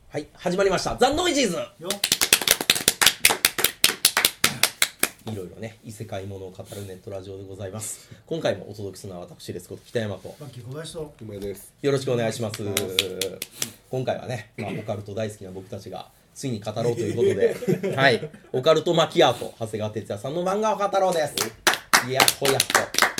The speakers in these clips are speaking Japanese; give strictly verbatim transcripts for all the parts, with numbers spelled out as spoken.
はい、始まりましたザ・ノイジーズ。よいろいろね異世界ものを語るネットラジオでございます。今回もお届けするのは私ですこと北山とバッキー小林と梅です。 よろしくお願いします。今回はね、まあ、オカルト大好きな僕たちがついに語ろうということではい、オカルトマキアート長谷川哲也さんの漫画を語ろうです。いやっほやっほ、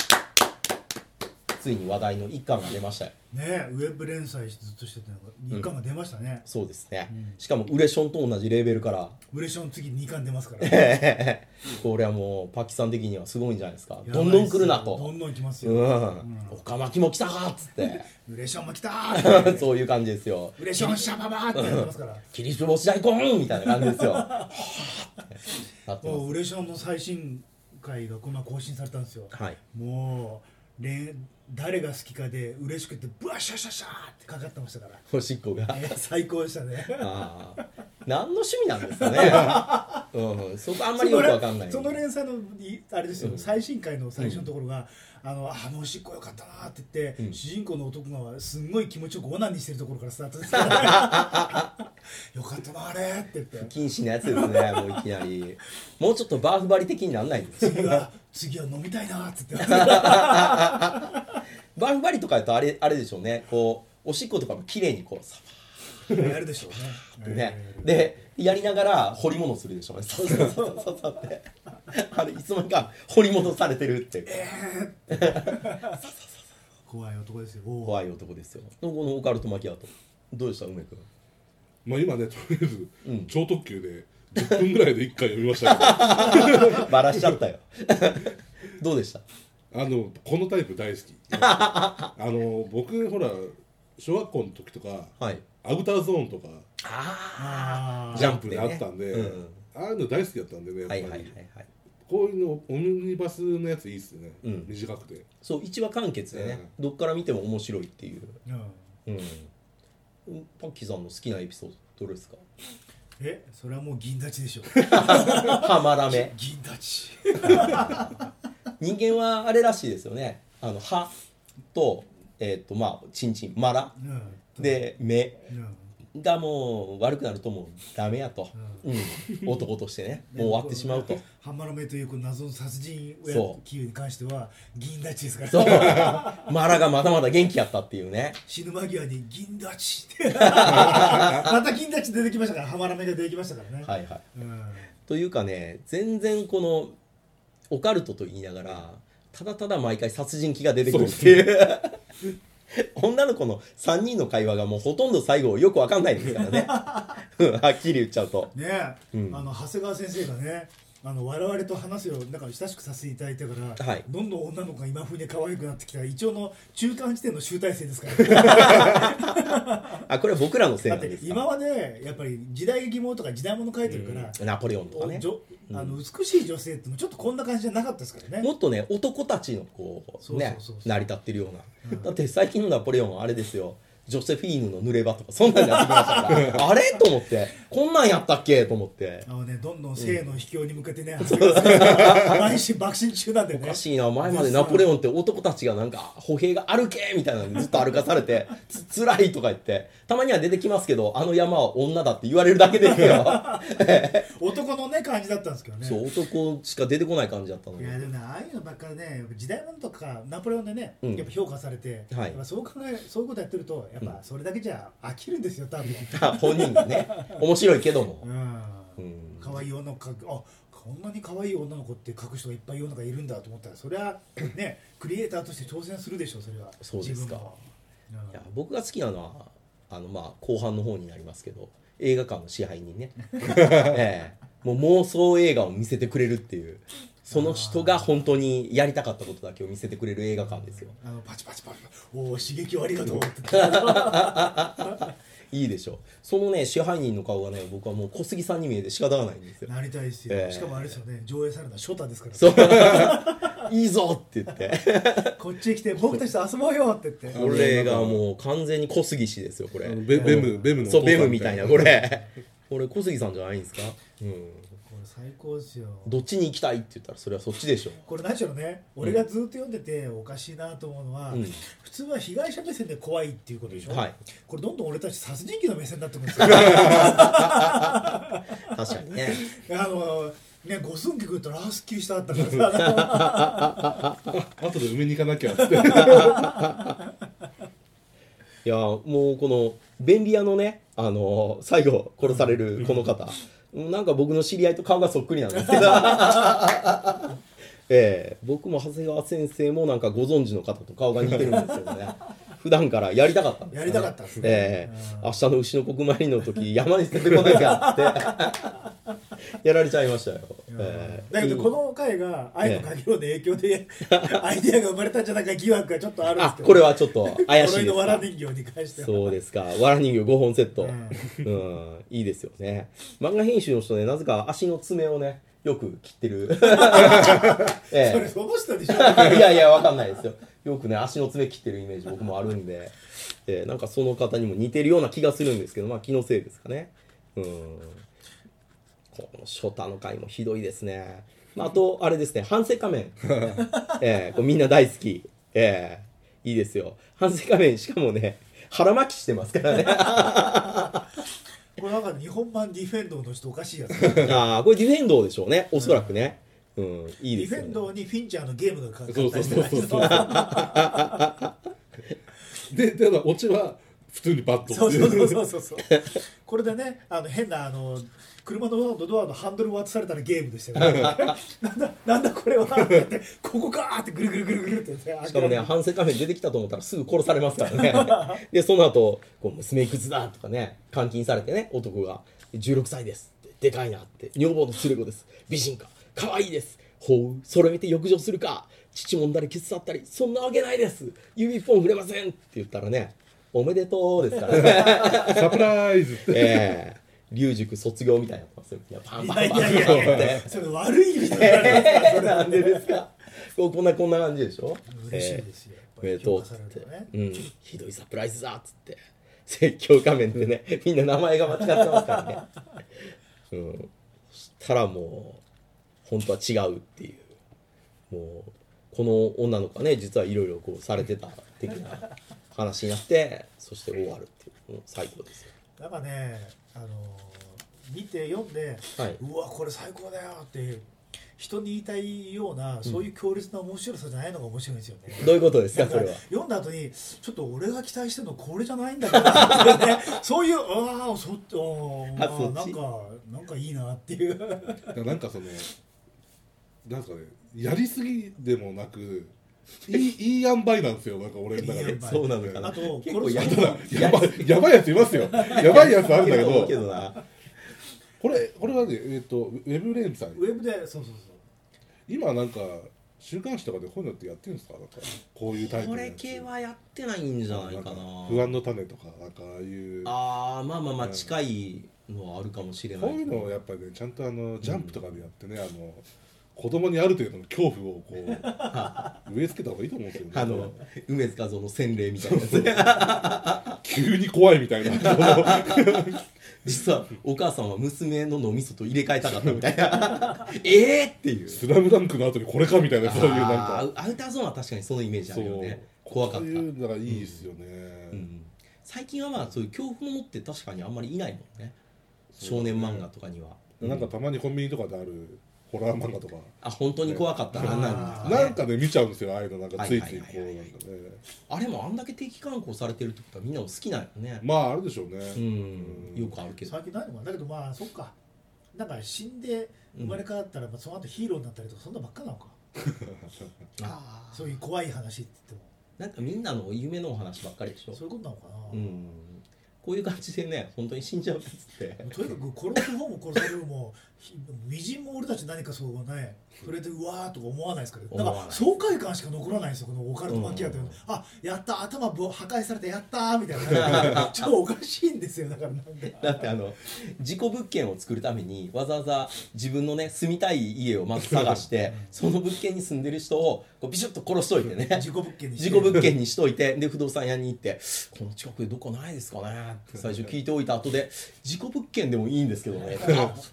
ついに話題の一巻が出ましたよね。ウェブ連載ずっとしてたのがにかんが出ましたね、 うん、そうですね、 うん、 しかもウレションと同じレーベルからウレション次にかん出ますからねこれはもうパキさん的にはすごいんじゃないですか。どんどん来るなと、 どんどん来ますよ、 うんうん、 オカマキも来たーっつってウレションも来たーってそういう感じですよ。 ウレションシャババーってやってますからキリシュボシ大根みたいな感じですよもうウレションの最新回がこの前更新されたんですよ、はい、もう誰が好きかで嬉しくてブワシャシャシャーってかかってましたから、 おしっこが、 えー、最高でしたねあ何の趣味なんですかね、うん、そこあんまりよくわかんない。 その連載のあれですよ、うん、最新回の最初のところが、うん、あのあのおしっこよかったなって言って、うん、主人公の男がすんごい気持ちよくオナニーしてるところからスタートですからねよかったなあれって言って禁止なやつですね。もういきなりもうちょっとバーフバリ的になんないんです次は次は飲みたいなって言ってバーフバリとかやとあれあれでしょうね、こうおしっことかも綺麗にこうサバーやるでしょうねね、でやりながら掘り物するでしょうね。そうそうそうそうそうってあれいつの間にか掘り戻されてるってえーって怖い男ですよ。 怖い男ですよ。このオカルトマキアートどうでした梅君。 まあ今ねとりあえず、うん、超特急でじゅっぷんぐらいでいっかい読みましたけどバラしちゃったよどうでした。 あのこのタイプ大好きあの僕ほら小学校の時とか、はい、アウターゾーンとかあジャンプであったんで、ね、うん、ああいうの大好きだったんでねやっぱり、はいはいはいはい、こういうのオムニバスのやついいっすよね、うん、短くてそういちわ完結でね、うん、どっから見ても面白いっていう、うんうん、パッキーさんの好きなエピソードどれですか。 えそれはもう銀立ちでしょハマラメ銀立ち人間はあれらしいですよね。あの歯とえっ、ー、とまあチンチンマラ、うん、で目、うん、がもう悪くなるともうダメやと、うんうん、男としてねもう終わってしまうと。 ハマラメという謎の殺人企業に関しては銀立ちですから、 そうマラがまだまだ元気やったっていうね。 死ぬ間際に銀立ちってまた銀立ち出てきましたから、ハマラメが出てきましたからね。 はいはい、うん、というかね全然このオカルトと言いながらただただ毎回殺人鬼が出てくるっていう女の子のさんにんの会話がもうほとんど最後よく分かんないですからねはっきり言っちゃうとねえ、うん、あの長谷川先生がねあの我々と話すようなんか親しくさせていただいたから、はい、どんどん女の子が今風に可愛くなってきた一応の中間地点の集大成ですからあこれは僕らのせいなんですか。 今はねやっぱり時代劇物とか時代物書いてるから、 うん、ナポレオンとかねあの美しい女性ってちょっとこんな感じじゃなかったですからね。 もっとね男たちのこうね成り立ってるような、うん、だって最近のナポレオンはあれですよ、ジョセフィーヌの濡れ場とかそんなんになってきましたからあれと思ってこんなんやったっけと思ってあの、ね、どんどん性の秘境に向けてね、うん、毎週爆心中なんでね。 おかしいな、前までナポレオンって男たちがなんか歩兵が歩けみたいなのにずっと歩かされてつ辛いとか言ってたまには出てきますけどあの山は女だって言われるだけですよ男のね感じだったんですけどね。 そう男しか出てこない感じだったのに。 いやでもねああいうのばっかりね時代物とかナポレオンでね、うん、やっぱ評価されて、はい、やっぱそう考えそういうことやってるとやっぱそれだけじゃ飽きるんですよ多分本人がね面白いけども、 うんうん、可愛い女の子あこんなに可愛い女の子って書く人がいっぱい世の中いるんだと思ったらそれはねクリエイターとして挑戦するでしょそれは。 そうですか、うん、いや僕が好きなのはあのまあ後半の方になりますけど映画館の支配人ね、ええ、もう妄想映画を見せてくれるっていうその人が本当にやりたかったことだけを見せてくれる映画館ですよ。 あのパチパチパチお刺激をありがとうっていいでしょう。そのね支配人の顔がね僕はもう小杉さんに見えて仕方がないんですよ。 なりたいですよ、えー、しかもあれですよね上映されたのはショタですから、ね、 そういいぞって言ってこっちへ来て僕たちと遊ぼうよって言ってこれがもう完全に小杉氏ですよこれ。 ベ, ベムベムのそうベムみたいなこれこれ小杉さんじゃないんですか。うんこ最高ですよ。 どっちに行きたいって言ったらそれはそっちでしょ。 これ何しろね、俺がずっと読んでておかしいなと思うのは、うん、普通は被害者目線で怖いっていうことでしょ、はい、これどんどん俺たち殺人鬼の目線になってくるんですよ確かにねあのね、五寸菊とらすっきりしたかったからさ後で埋めに行かなきゃっていやもうこの便利屋のね、あのー、最後殺されるこの方、うん、なんか僕の知り合いと顔がそっくりなんですけどえー、僕も長谷川先生もなんかご存知の方と顔が似てるんですよね普段からやりたかったんですよね。 やりたかったですね、 えー、明日の牛の国参りの時山に捨ててこなきゃってやられちゃいましたよ、 えー、だけどこの回が愛の鍵をで影響で、えー、アイデアが生まれたんじゃないか疑惑がちょっとあるんですけど、 あこれはちょっと怪しいですのわら人形に関してはそうですか、わら人形ごほんセット、うん、いいですよね。漫画編集の人ね、なぜか足の爪をねよく切ってるええ、それその人でしょいやいやわかんないですよ。よくね足の爪切ってるイメージ僕もあるんで、えー、なんかその方にも似てるような気がするんですけど、まあ気のせいですかね。うん、このショタの回もひどいですね。まあ、あとあれですね、反省仮面、えー、これみんな大好き、えー、いいですよ反省仮面。しかもね腹巻きしてますからねこれなんか日本版ディフェンドの人おかしいやつああこれディフェンドでしょうね、おそらくね、うん、うん、いいですよね。 ディフェンドにフィンチャーのゲームがかかってそうそうそうそうでただオチは普通にバットそうそうそうそうそうこれでね、あの変なあの車のドアのハンドル渡されたらゲームでしたよねなんだなんだこれはって言ってここかーってぐるぐるぐるぐるって、ね、 しかもね反省仮面出てきたと思ったらすぐ殺されますからねでその後こう娘いくつだとかね監禁されてね、男がじゅうろくさいですってでかいなって女房の連れ子です美人か可愛いですほうそれ見て浴場するか乳もんだりキスあったりそんなわけないです指一本触れませんって言ったらねおめでとうですからねサプライズって、 えー龍塾卒業みたいなますよ。パンパンパンいやいやいやいやそれ悪い意味でなんでですかこんなこんな感じでしょ。 嬉しいですよ、 えー、おめでとうっつって、ね、うん、ひどいサプライズだっつって説教仮面でねみんな名前が間違ってますからね、うん、そしたらもう本当は違うっていうもうこの女の子はね実はいろいろこうされてた的な話になってそして終わるっていうもう最高ですよ。 なんかね、あのー、見て読んで、はい、うわこれ最高だよって人に言いたいような、うん、そういう強烈な面白さじゃないのが面白いんですよね。 どういうことですかそれは。 読んだ後にちょっと俺が期待してるのこれじゃないんだけどなって、ね、そういうああそっああなんかなんかいいなっていうなんかそのなんかねやりすぎでもなくいいいい塩梅なんですよ。なんか俺の中でそうなのかな。 あと結構やばいやばいやついますよ。やばいやつあるんだけど。 けどなこれこれはねえっとウェブレンさん。 ウェブでそうそうそう。 今なんか週刊誌とかでこういうのってやってるんですか。なんかこういうタイプのやつ。 これ系はやってないんじゃないかな。 不安の種とかなんかああいう。 ああまあまあまあ近いのはあるかもしれない。 こういうのをやっぱりねちゃんとあのジャンプとかでやってね、うん、あの。子供にある程度の恐怖をこう植え付けた方がいいと思うんですよね。 あの梅津和夫の洗礼みたいなやつ急に怖いみたいな実はお母さんは娘の脳みそと入れ替えたかったみたいなえーっていうスラムダンクの後にこれかみたいなそういうなんかアウターゾーンは確かにそのイメージあるよね。怖かった。そういうのがいいですよね、 うんうん、最近はまあそういう恐怖ものって確かにあんまりいないもんね。少年漫画とかには、 うん、なんかたまにコンビニとかであるホラー漫画とかあ本当に怖かったな、 ね、なんかね見ちゃうんですよ。ああいうのなんかついついこうなんかねあれもあんだけ定期刊行されてるってことはみんなも好きなんよね。 まああるでしょうね、 うん、よくあるけど最近ないのかな。だけどまあそっかなんか死んで生まれ変わったら、うん、その後ヒーローになったりとかそんなばっかなのかあそういう怖い話って言ってもなんかみんなの夢のお話ばっかりでしょ。 そういうことなのかな、 うんこういう感じでね本当に死んじゃうっつってとにかく殺す方も殺されるもみじんも俺たち何かそうね触れてうわーとか思わないですからなんか爽快感しか残らないんですよこのオカルトマキアという、うん、あやった頭破壊されてやったーみたいなちょっとおかしいんですよ。だからなんかだってあの事故物件を作るためにわざわざ自分のね住みたい家をまず探してその物件に住んでる人をこうビシュッと殺しといてね事故物件にして事故物件にしといてで不動産屋に行ってこの近くでどこないですかねって最初聞いておいた後で事故物件でもいいんですけどねあ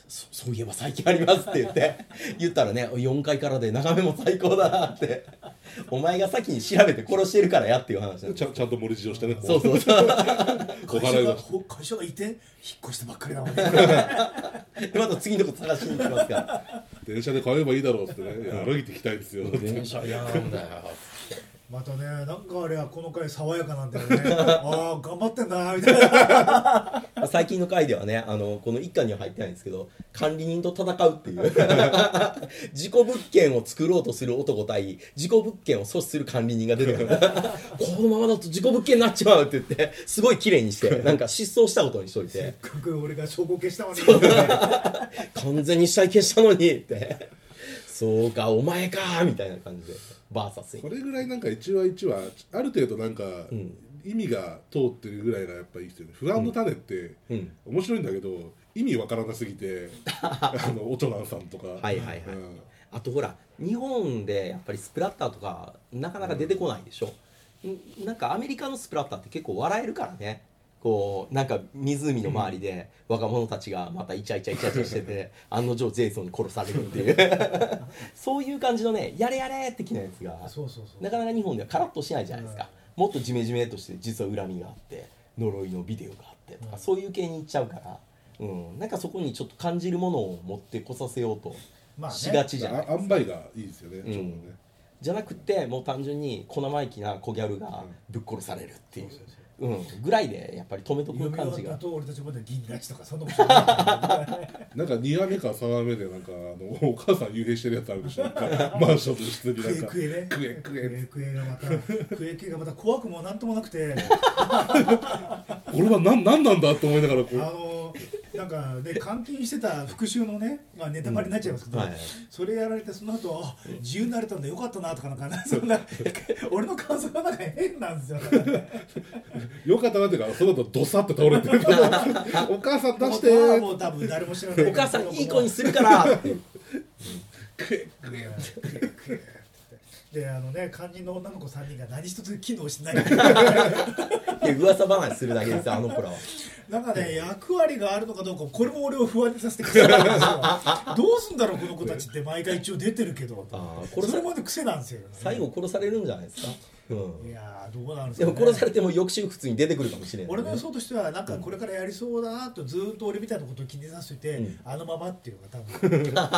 そ, そういえば最近ありますって言って言ったらね、よんかいからで眺めも最高だなってお前が先に調べて殺してるからやっていう話なんちゃんちゃんと盛り事情してね。 そうそうそう会社が会社がいて引っ越したばっかりだもんねまた次のこと探しに行きますから電車で買えばいいだろうってね、いや歩いてきたいですよ電車嫌なんだよまたね、なんかあれはこの回爽やかなんだよねああ頑張ってんだみたいな最近の回ではね、あのこの一巻には入ってないんですけど、管理人と戦うっていう事故物件を作ろうとする男対事故物件を阻止する管理人が出てくるこのままだと事故物件になっちまうって言ってすごい綺麗にしてなんか失踪したことにしといてせっかく俺が証拠消したのに完全に死体消したのにってそうかお前かみたいな感じでバーサスこれぐらいなんか一話一話ある程度なんか、うん、意味が通ってるぐらいがやっぱいいですよね。不安の種って面白いんだけど、うん、意味わからなすぎてあのオチョナンさんとかはいはいはい、うん、あとほら日本でやっぱりスプラッターとかなかなか出てこないでしょ、うん、なんかアメリカのスプラッターって結構笑えるからね。こうなんか湖の周りで若者たちがまたイチャイチャイチャイチャしてて案の定ジェイソンに殺されるっていうそういう感じのねやれやれ的なやつがそうそうそうなかなか日本ではカラッとしないじゃないですか、うん、もっとジメジメとして実は恨みがあって呪いのビデオがあってとか、うん、そういう系に行っちゃうから、うん、なんかそこにちょっと感じるものを持ってこさせようとしがちじゃないですか、 まあね、塩梅がいいですよね、うん、ちょうどねじゃなくてもう単純に小生意気な小ギャルがぶっ殺されるっていう、うんうん、ぐらいでやっぱり止めとく感じが。 と俺たちまで銀ラチとかそんなことないなんかにわめかさんわめでなんかあのお母さん幽閉してるやつあるでしょ。マンションの室になんかクエクエね。 クエクエクエがまたクエ系がまた怖くもなんともなくて。 俺はなんなんなんだと思いながらこう。 あのなんかね監禁してた復讐のね、まあネタバレになっちゃいますけど、うんはい、それやられてその後あ自由になれたんだよかったなとかなんかそんな俺の感想がなんか変なんですよ。 よかったなっていうかその後ドサッと倒れてるお母さん出してーもう多分誰も知らないお母さんいい子にするからクエクエクエであのね肝心の女の子さんにんが何一つ機能してないいや噂話するだけですよあの子らは。 なんかね役割があるのかどうかこれも俺を不安にさせてくれるんですよどうすんだろうこの子たちって毎回一応出てるけどあこれそれまで癖なんですよ、ね、 最後殺されるんじゃないですか。 うん、いやどうなんですか、 ね、でも殺されても翌週普通に出てくるかもしれない、ね、 俺の予想としてはなんかこれからやりそうだなとずっと俺みたいなことを気にさせて、うん、あのままっていうのが多分、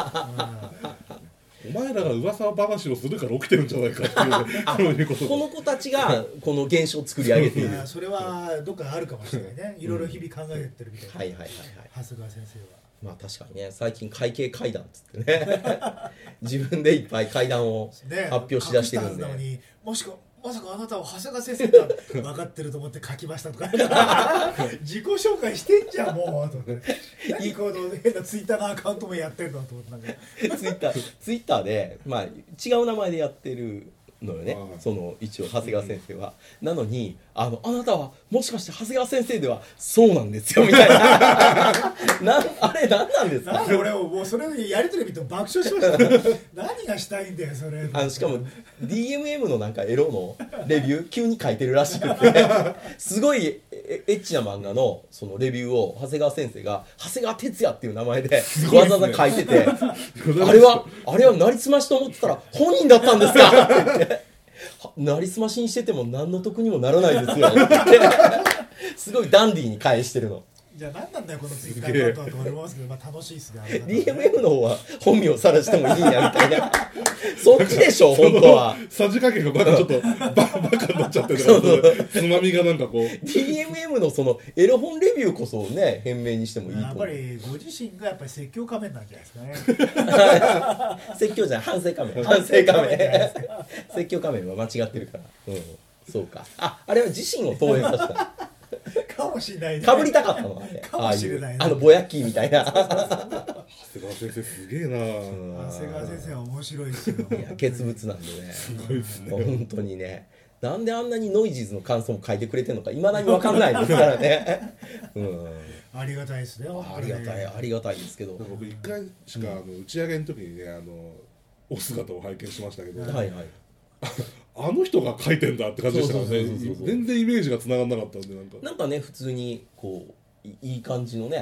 うん、お前らが噂話をするから起きてるんじゃないかっていうことこの子たちがこの現象を作り上げているいやそれはどっかあるかもしれないねいろいろ日々考えてるみたいな、 うん、はいはいはいはい長谷川先生はまあ確かにね最近会計怪談っつってね自分でいっぱい怪談を発表しだしてるんで、 ね、もしくはまさかあなたは長谷川先生だ分かってると思って書きましたとか自己紹介してんじゃんもうと何この変なツイッターのアカウントもやってるのと思ってツイッターツイッターで、まあ、違う名前でやってるのよねその一応長谷川先生は、うん、なのにあのあなたはもしかして長谷川先生ではそうなんですよみたいななあれ何なんですか。 なんで俺もうそれでやり取り見て爆笑しました何がしたいんだよそれあのしかも ディーエムエム のなんかエロのレビュー急に書いてるらしくてすごいエッチな漫画のそのレビューを長谷川先生が長谷川哲也っていう名前でわざわざ書いてて、ね、あれはあれはなりすましと思ってたら本人だったんですかって言ってなりすましにしてても何の得にもならないですよすごいダンディーに返してるの。 じゃあ何なんだよこのツイッターアカウントはと思いますけど、まあ、楽しいっすね。 ディーエムエム の方は本名さらしてもいいんやみたいなそっちでしょ本当は。 さじ加減がまだちょっとババカになっちゃってるからつまみがなんかこうディーエムエム のそのエロ本レビューこそね変名にしてもいいと思う。 やっぱりご自身がやっぱり説教仮面なんじゃないですかね説教じゃない反省仮面反省仮面説教仮面は間違ってるから、うん、そうかああれは自身を投影させたかもしれないね。 かぶりたかったのあれかもしれないね。 あのぼやきみたいな長谷川先生すげえな。 長谷川先生は面白いですよ。 いや傑物なんでねすごいですね本当にね。なんであんなにノイジーズの感想も書いてくれてるのかいまだに分かんないですからね、うん、 ありがたいですね。 ありがたいありがたいですけど僕一回しかあの打ち上げの時にねあのお姿を拝見しましたけど、 はいはいあの人が書いてんだって感じでしたからね。全然イメージがつながんなかったんでなんかなんかね普通にこういい感じのね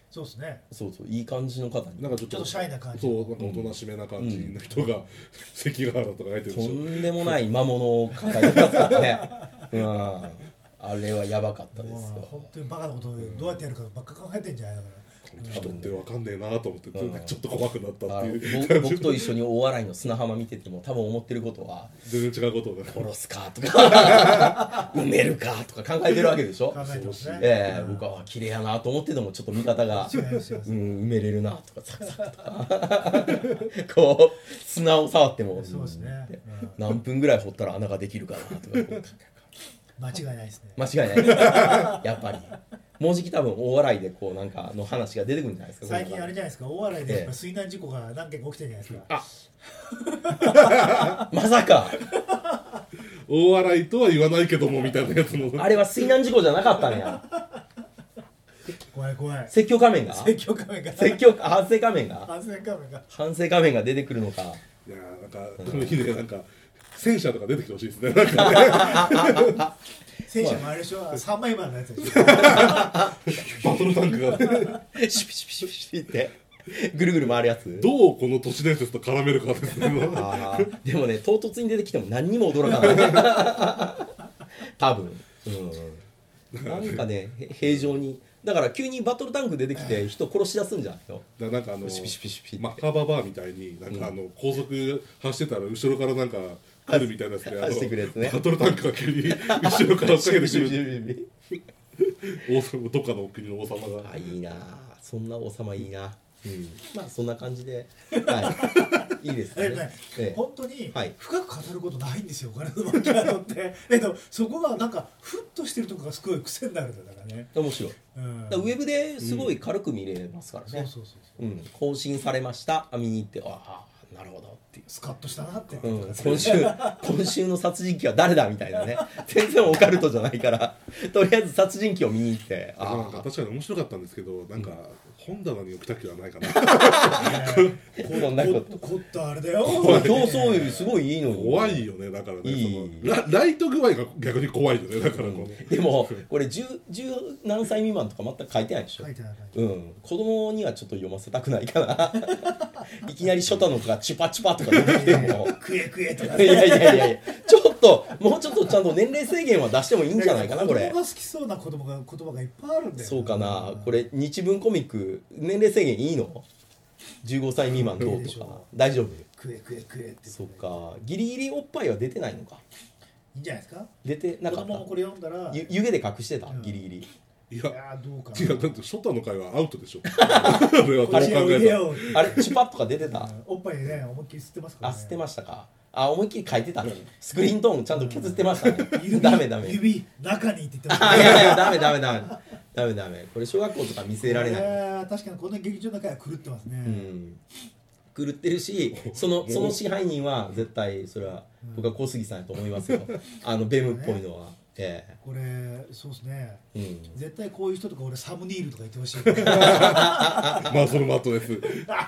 そうですね。 そうそういい感じの方になんかちょっとちょっとシャイな感じ。 そうなんかおとなしめな感じの人が、関ヶ原とか書いてるでとしょ。 んでもない魔物を抱えてますからね。うん、あれはやばかったですよ。 本当にバカなことをどうやってやるかばっか考えてんじゃないのかな。 人ってわかんねえなと思って、うん、ちょっと怖くなったっていう僕, 僕と一緒に大笑いの砂浜見てても多分思ってることは全然違うことが殺すかとか埋めるかとか考えてるわけでしょ。 考えてますね。 ええー、僕は綺麗やなと思っててもちょっと見方が、うん、埋めれるなとかサクサクとかこう砂を触ってもそうですね、 うん、何分ぐらい掘ったら穴ができるかなとか間違いないですね。 間違いないですやっぱりもうじき多分大笑いでこうなんかの話が出てくるんじゃないですか。 最近あれじゃないですか、大笑いでやっぱ水難事故が何件か起きてるじゃないですか。あまさか大笑いとは言わないけどもみたいなやつのあれは水難事故じゃなかったんや。 怖い怖い。 説教仮面が説教仮面が説教反省仮面が反省仮面が反省仮面が出てくるのか。 いやなんかこの日でなんか戦車とか出てきてほしいですね。なんかね戦車もあれでしょ、さんまいまんのやつでしょ。 バトルタンクがシュピシュピシュピシュピってぐるぐる回るやつ。 どうこの都市伝説と絡めるかですね。 あでもね唐突に出てきても何にも驚かない多分、うん、なんかね平常にだから急にバトルタンク出てきて人殺し出すんじゃないの。 だなんかあのシュピシュピシュピってマッカババーみたいになんかあの高速走ってたら後ろからなんか来るみたいなやつで、 走ってくるやつね。 バトルタンクが急に後ろから追っかけてくる王様どっかの国の王様が。 あいいなそんな王様いいな。うん、まあそんな感じで、はい、いいですね。 ねええ、 本当にはい深く語ることないんですよ、お金のマキアートって。えっとそこがなんかふっとしてるとこがすごい癖になるんだからね。 面白い。 うん、 だからウェブですごい軽く見れますからね。 そうそうそうそう。 うん、更新されました。あ見に行ってああなるほどっていう。 スカッとしたなって。 うん、今週今週の殺人鬼は誰だみたいなね。全然オカルトじゃないからとりあえず殺人鬼を見に行って。 あなんか確かに面白かったんですけどなんか。本棚に置きたくはないかな。 こんなこと。 凝ったあれだよ。 競争よりすごいいいのに。 怖いよねだからね。 いいその ラ, ライト具合が逆に怖いよねだからこう、 うん、でもこれ十十何歳未満とか全く書いてないでしょ。 書いてない。 うん。子供にはちょっと読ませたくないかな。いきなり初太の子がチュパチュパとか出てきても食え食えとか。 いやいやいやいやちょっともうちょっとちゃんと年齢制限は出してもいいんじゃないかなこれ。 子供が好きそうな子供が言葉がいっぱいあるんだよ。 そうかな。これ日文コミック年齢制限いいの？じゅうごさい未満どうとか大丈夫？ 食え食え食えって。 そっか。ギリギリおっぱいは出てないのか。 いいんじゃないですか。 出てなかった。 子供もこれ読んだらゆ湯気で隠してた、 うん、 ギリギリ。 いやどうか違うだって初太の会はアウトでしょ。俺はどう考えたあれチュパッとか出てた、 うん、おっぱいね思いっきり吸ってますからね。 あ吸ってましたか。あ思いっきり書いてたね。スクリーントーンちゃんと削ってましたね。ダメダメ指中にって言ってました、 ね、いやいやダメダメダメダメダメこれ小学校とか見せられない。 確かにこの劇場の中は狂ってますね、うん、 狂ってるしそのその支配人は絶対それは僕は小杉さんやと思いますよ。あのベムっぽいのは、ええ、 これそうですね、うん、絶対こういう人とか俺サムニールとか言ってほしい。 まあそれも後です。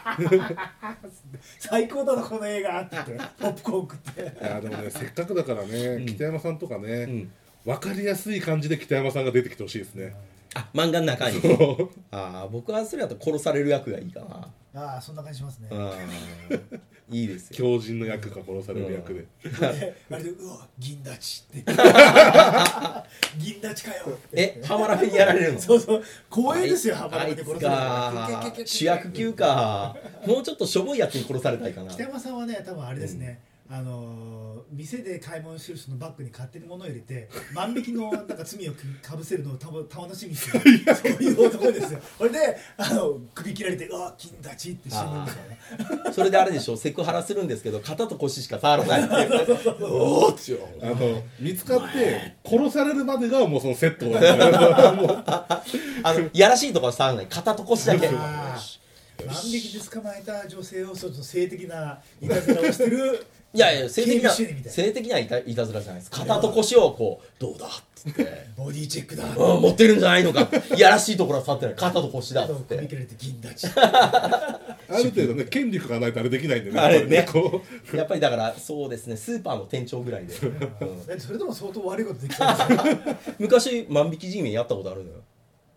最高だなこの映画って言ってポップコーン食って。 いやでもねせっかくだからね、うん、北山さんとかね、うん、分かりやすい感じで北山さんが出てきてほしいですね。 あ漫画の中に。あ僕はそれだと殺される役がいいかな。 ああそんな感じしますね。 いいですよ。 狂人の役か殺される役で、 うん、あれでうわ銀立ちって銀立ちかよってえハマラフにやられるの。 そうそう光栄ですよ。ハマラフに殺される主役級か。もうちょっとしょぼいやつに殺されたいかな。 北山さんはね多分あれですね、うん、あのー、店で買い物してる人のバッグに勝手に物を入れて万引きのなんか罪をかぶせるのをた楽しみにしてるそういう男ですよ。それであの首切られて「うわ金立ち」って死ぬんですよね。 それであれでしょセクハラするんですけど肩と腰しか触らないっていうおおっちょあの見つかって殺されるまでがもうそのセットだあのやらしいとこは触らない肩と腰だけ。 万引きで捕まえた女性をちょっと性的ないたずらをしてるいやいや性的な性的ないたいたずらじゃないです。肩と腰をこうどうだっつってボディチェックだうん持ってるんじゃないのかいやらしいところは触ってない肩と腰だっつって首切られて銀立ちある程度ね権力がないとあれできないんでねあれねこうやっぱりだからそうですねスーパーの店長ぐらいで、 うん、それでも相当悪いことできそうですね。 昔万引き G メンやったことあるのよ。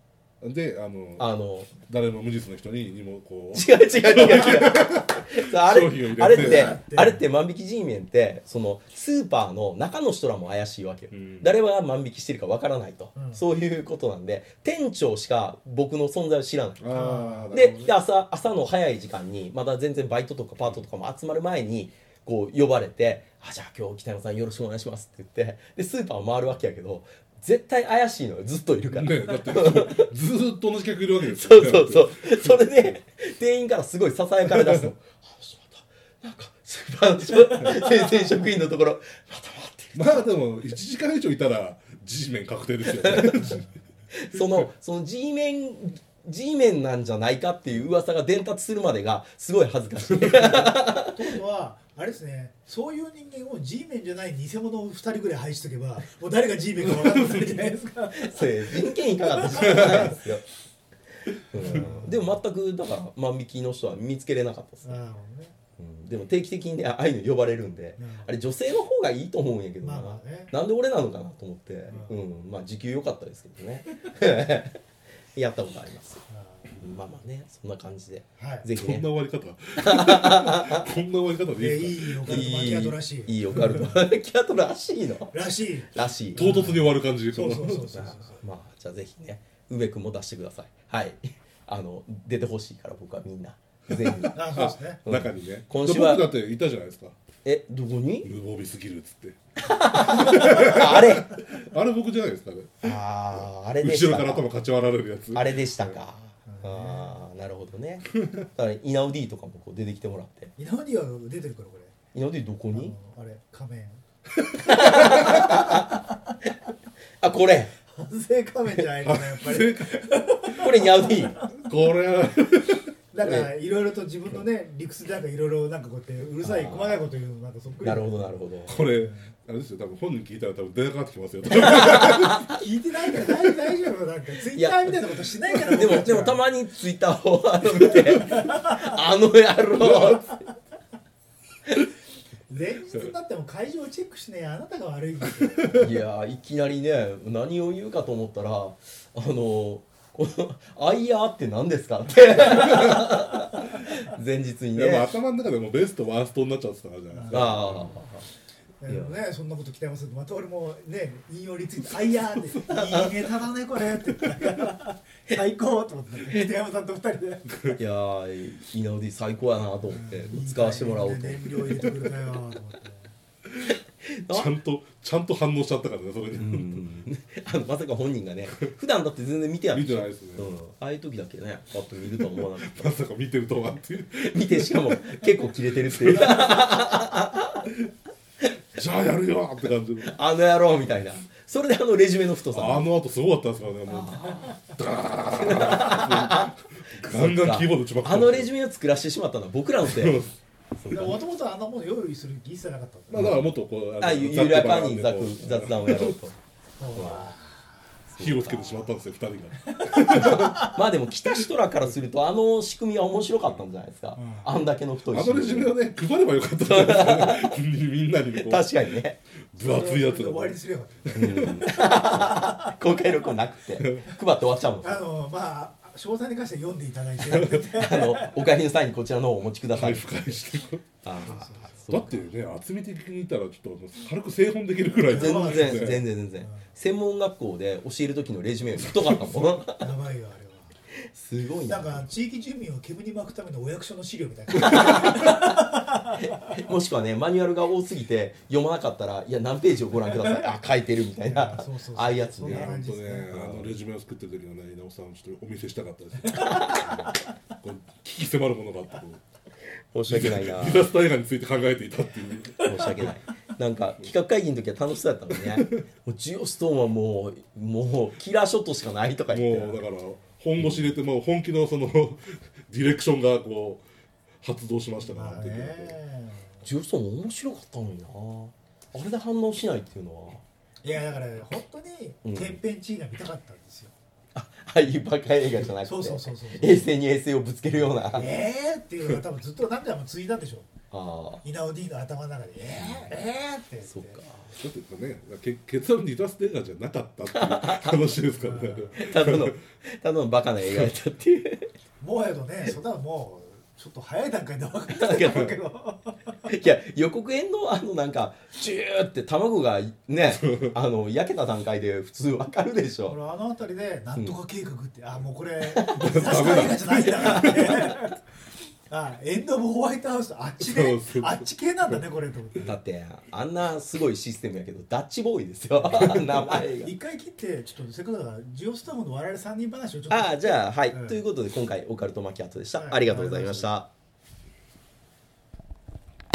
であのあの誰も無実の人ににもこう違う違う違う違うあれ商品を入れてあれってあれって万引き G メンってそのスーパーの中の人らも怪しいわけよ、うん、誰が万引きしてるかわからないと、うん、そういうことなんで店長しか僕の存在を知らないあで、ね、で 朝, 朝の早い時間にまだ全然バイトとかパートとかも集まる前にこう呼ばれてあじゃあ今日北山さんよろしくお願いしますって言ってでスーパーを回るわけやけど絶対怪しいのよずっといるから、 ね、だってずーっと同じ客いるわけですよ、 ね、そうそうそうそれで店員からすごいささやかれ出すのなんかスーパーの先生職員のところまた待ってまあでもいちじかん以上いたら G メン確定ですよねそのその G メン G メンなんじゃないかっていう噂が伝達するまでがすごい恥ずかしいということはあれですねそういう人間を G メンじゃない偽物をふたりぐらい配置しとけばもう誰が G メンか分からないじゃないですかそれ人件費かかってしまわないですよ、うん、でも全くだから万引きの人は見つけれなかったですね、うん、でも定期的に、ね、ああいうの呼ばれるんで、うん、あれ女性の方がいいと思うんやけどな、まあまあね、なんで俺なのかなと思って、うんうん、まあ時給良かったですけどねやったことありますまあまあねそんな感じで、はい、ぜひねこんな終わり方こんな終わり方でいいですか、 いいオカルトマキアトらしいいいオカルトマキアトらしいのらしいらしい唐突に終わる感じそうそうそうそうそうまあじゃあぜひね梅くんも出してくださいはいあの出てほしいから僕はみんなぜひあそうですね、 うん、中にね今週は僕だっていたじゃないですかえどこに無防備すぎるっつってあれあれ僕じゃないですかねあああれでしたか後ろから頭かち割られるやつあれでしたかああなるほどねだからイナウディとかもこう出てきてもらってイナウディは出てるからこれイナウディどこにあ, あれ仮面あこれ反省仮面じゃないかなやっぱりこれニャウディこれなんかいろいろと自分のね理屈でなんかいろいろなんかこうやってうるさい細かいこと言うのなんかそっくりなるほどなるほどこれあれですよ多分本人聞いたら多分電話かかってきますよ聞いてないから大大丈夫なんかツイッターみたいなことしないからでもでもたまにツイッターをあの見てあの野郎前日になっても会場をチェックしないあなたが悪いんですよいやいきなりね何を言うかと思ったらあのこのアイヤーって何ですかって前日にねでも頭の中でもベストワーストになっちゃってたからじゃないですかああでもねそんなこと期待もするとまた俺もね引用について「アイヤー」って「いいネタだねこれ」って最高と思って北山さんとふたりでいやーイナウディ最高やなと思って使わせてもらおうと燃料入れてくれたよと思ってちゃんとちゃんと反応しちゃったからねそれにうんあのまさか本人がね普段だって全然見てやる見てないですね、 うん、ああいう時だけねパッと見るとは思わなかったまさか見てるとはっていう見てしかも結構キレてるっていうじゃあやるよって感じあの野郎みたいなそれであのレジュメの太さあの後すごかったですからねもうガンガンキーボード打ちまくってあのレジュメを作らせてしまったのは僕らのせいもともとあんなもの用意する気一切なかったまあだからもっとこうあゆらかに雑談をやろうと火をつけてしまったんですよふたりがまあでも北シトラからするとあの仕組みは面白かったんじゃないですか、うん、あんだけの太いあのレジュメをね配ればよかったんですよねみんなにこう確かにね分厚いやつが終わりにすれば、 うん、公開録音なくて配って終わっちゃうのあのまあ詳細に関して読んでいただいてあのお帰りの際にこちらの方をお持ちください。 深いしてあだってね厚み的に言ったらちょっと軽く製本できるくらい全然全然全然、うん、専門学校で教える時のレジュメより太かったもんやばいよあれはすごいな。 なんか地域住民を煙に巻くためのお役所の資料みたいなもしくはねマニュアルが多すぎて読まなかったらいや何ページをご覧くださいあ書いてるみたいなそうそうそうああいうやつね本当ねあのレジュメを作ってる時のね稲尾さんちょっとお見せしたかったですこう危機迫るものがあった申し訳ないなディザスター映画について考えていたっていう申し訳ないなんか企画会議の時は楽しそうやったのにねもうジオストーンはもうもうキラーショットしかないとか言ってもうだから本腰入れてもう本気のそのディレクションがこう発動しましたから、 ね、ジオストーン面白かったのになあれで反応しないっていうのはいやだから本当に天変地異が見たかったんですよ、 うん、ああいうバカ映画じゃなくてそうそうそうそう衛星に衛星をぶつけるようなえーっていうのが多分ずっと何回も続いたんでしょあイナオディの頭の中でえー、えーってそうかだってね結論ディザステ映画じゃなかったっていう話ですからね。 ただのただのバカな映画やったっていうもうやとね、そんなもうちょっと早い段階で分かったけどいや予告編のあのなんかジューって卵がねあの焼けた段階で普通分かるでしょ。 俺あの辺りでなんとか計画って、うん、あもうこれ確か映画じゃないんだなってあエンド・オブ・ホワイトハウスあっちであっち系なんだねこれと思って。 だってあんなすごいシステムやけどダッチボーイですよ名前が一回切ってちょっとせっかくだからジオスタームの我々さんにん話をちょっとああじゃあはい、うん、ということで今回オカルトマキアットでした、はい、ありがとうございました。